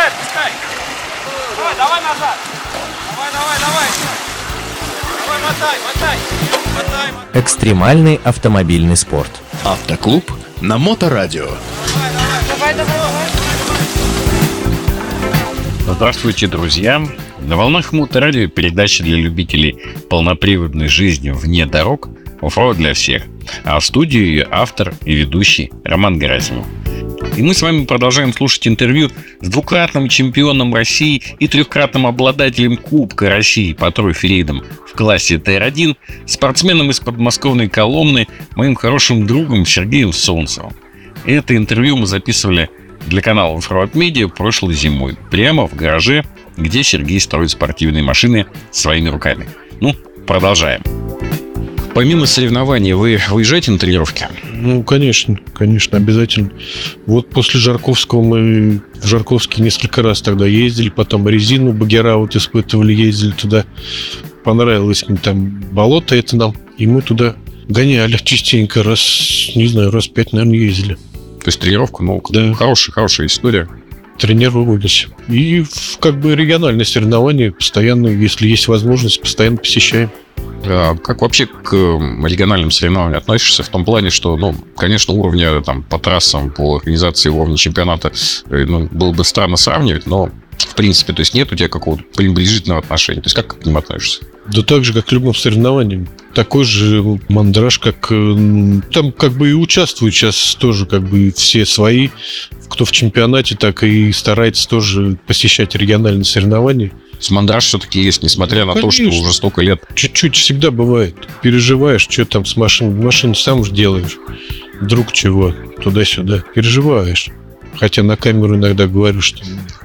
отпускай. Давай назад. Давай. Мотай. Экстремальный автомобильный спорт. Автоклуб на Моторадио. Давай. Здравствуйте, друзья! На волнах Моторадио передача для любителей полноприводной жизни вне дорог «Оффроуд для всех». А в студии ее автор и ведущий Роман Герасимов. И мы с вами продолжаем слушать интервью с двукратным чемпионом России и трехкратным обладателем Кубка России по трофи-рейдам в классе ТР-1, спортсменом из подмосковной Коломны, моим хорошим другом Сергеем Солнцевым. Это интервью мы записывали для канала Offroad Media прошлой зимой, прямо в гараже, где Сергей строит спортивные машины своими руками. Продолжаем. Помимо соревнований, вы выезжаете на тренировки? Конечно, обязательно. Вот после Жарковского мы в Жарковске несколько раз тогда ездили, потом резину багера испытывали, ездили туда. Понравилось мне там болото это нам, и мы туда гоняли частенько, раз 5, наверное, ездили. То есть тренировка, да. Хорошая история. Тренировались. И региональные соревнования постоянно, если есть возможность, постоянно посещаем. Как вообще к региональным соревнованиям относишься? В том плане, что, конечно, уровня по трассам, по организации уровня чемпионата было бы странно сравнивать, но в принципе, то есть нет у тебя какого-то пренебрежительного отношения? То есть как к ним относишься? Да так же, как к любым соревнованиям. Такой же мандраж, как... Там и участвуют сейчас тоже все свои, кто в чемпионате, так и старается тоже посещать региональные соревнования. Мандраж все-таки есть, несмотря на то, что уже столько лет. Чуть-чуть всегда бывает. Переживаешь, что там с машиной. Машину сам же делаешь. Вдруг чего, туда-сюда. Переживаешь. Хотя на камеру иногда говорю, что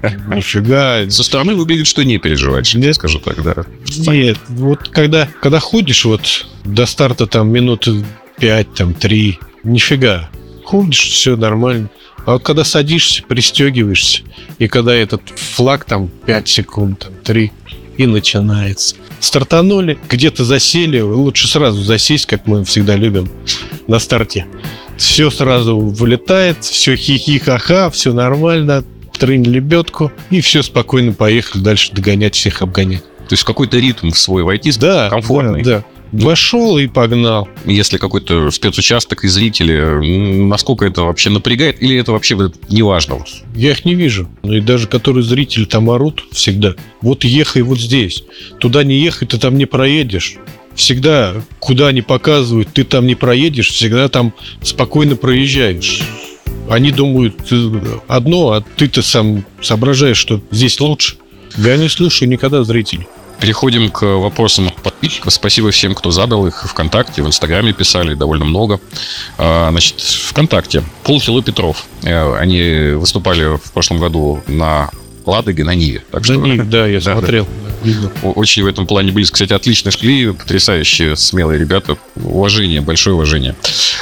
нифига. Со стороны выглядит, что не переживаешь. Нет, скажу так, да. Нет, вот когда ходишь до старта минуты 5, 3, нифига. Ходишь, все нормально. А вот когда садишься, пристегиваешься, и когда этот флаг 5 секунд, 3, и начинается. Стартанули, где-то засели, лучше сразу засесть, как мы всегда любим на старте. Все сразу вылетает, все хихи-ха-ха, все нормально, трынь лебедку, и все, спокойно поехали дальше догонять, всех обгонять. То есть в какой-то ритм в свой войти, да, комфортный. Да. Вошел и погнал. Если какой-то спецучасток и зрители, насколько это вообще напрягает, или это вообще не важно? Я их не вижу. И даже которые зрители там орут всегда. Вот ехай вот здесь. Туда не ехай, ты там не проедешь. Всегда, куда они показывают, ты там не проедешь, всегда там спокойно проезжаешь. Они думают одно, а ты-то сам соображаешь, что здесь лучше. Я не слышу никогда зрителей. Переходим к вопросам подписчиков. Спасибо всем, кто задал их ВКонтакте, в Инстаграме писали довольно много. Значит, ВКонтакте. Полфило Петров. Они выступали в прошлом году на Ладоге, на Ниве. Так что, да, я смотрел. Да. Очень в этом плане близко. Кстати, отлично шли, потрясающие, смелые ребята. Уважение, большое уважение.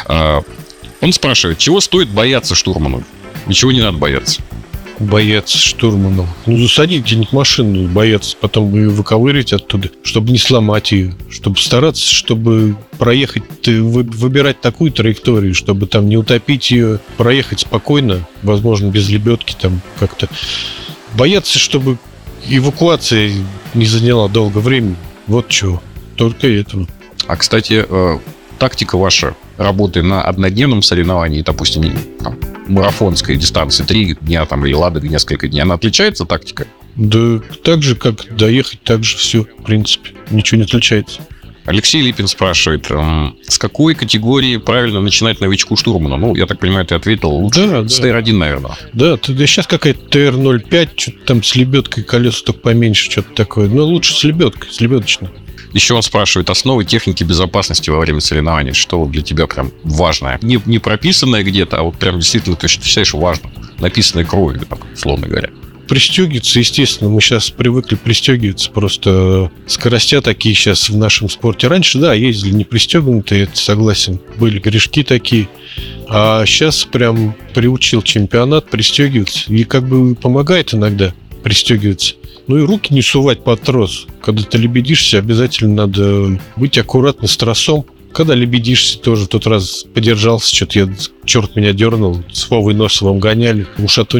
Он спрашивает, чего стоит бояться штурману? Ничего не надо бояться. Бояться штурману. Засадить где-нибудь машину, бояться, потом и выковыривать оттуда, чтобы не сломать ее, чтобы стараться, чтобы проехать, выбирать такую траекторию, чтобы там не утопить ее, проехать спокойно, возможно, без лебедки там как-то. Бояться, чтобы эвакуация не заняла долго времени. Вот чего. Только этого. А, кстати, тактика ваша работы на однодневном соревновании, допустим, марафонской дистанции, 3 дня или Ладога несколько дней, она отличается, тактика? Да так же, как доехать, так же все, в принципе. Ничего не отличается. Алексей Липин спрашивает, с какой категории правильно начинать новичку штурмана? Я так понимаю, ты ответил лучше с ТР-1, наверное. Да, сейчас какая-то ТР-05, что-то там с лебедкой, колеса только поменьше, что-то такое. Лучше с лебедкой, с лебедочной. Еще он спрашивает основы техники безопасности во время соревнований. Что для тебя прям важное? Не прописанное где-то, а вот прям действительно ты считаешь важным. Написанное кровью, условно говоря. Пристегиваться, естественно, мы сейчас привыкли пристегиваться, просто скоростя такие сейчас в нашем спорте. Раньше, да, ездили не пристегнутые, это согласен, были корешки такие, а сейчас прям приучил чемпионат пристегиваться, и помогает иногда пристегиваться. И руки не сувать под трос. Когда ты лебедишься, обязательно надо быть аккуратно с тросом. Когда лебедишься, тоже в тот раз подержался, черт меня дернул, с Вовой Носовым гоняли в Шатуне.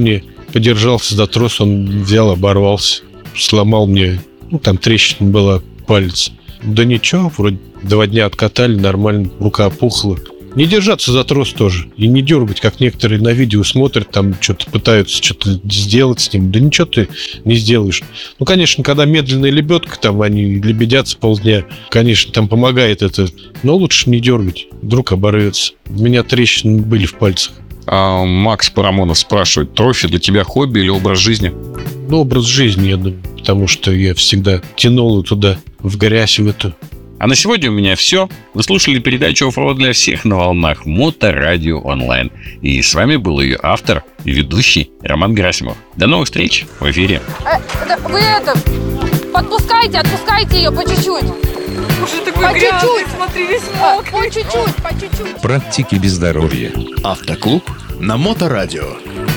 подержался за трос, он взял, оборвался, сломал мне, там трещина была, палец. Да ничего, вроде 2 дня откатали, нормально, рука опухла. Не держаться за трос тоже. И не дергать, как некоторые на видео смотрят, там что-то пытаются что-то сделать с ним. Да ничего ты не сделаешь. Конечно, когда медленная лебедка, там они лебедятся полдня, конечно, там помогает это. Но лучше не дергать, вдруг оборвется. У меня трещины были в пальцах. А Макс Парамонов спрашивает, трофи для тебя хобби или образ жизни? Образ жизни, я думаю, потому что я всегда тянул туда, в грязь, в эту. А на сегодня у меня все. Вы слушали передачу «Оффроуд для всех» на волнах Моторадио онлайн. И с вами был ее автор и ведущий Роман Герасимов. До новых встреч в эфире. Вы подпускайте, отпускайте ее по чуть-чуть. Уже такой По грязный, чуть-чуть. смотри, весь По мокрый. чуть-чуть, по чуть-чуть. Практики без здоровья. Автоклуб на Моторадио.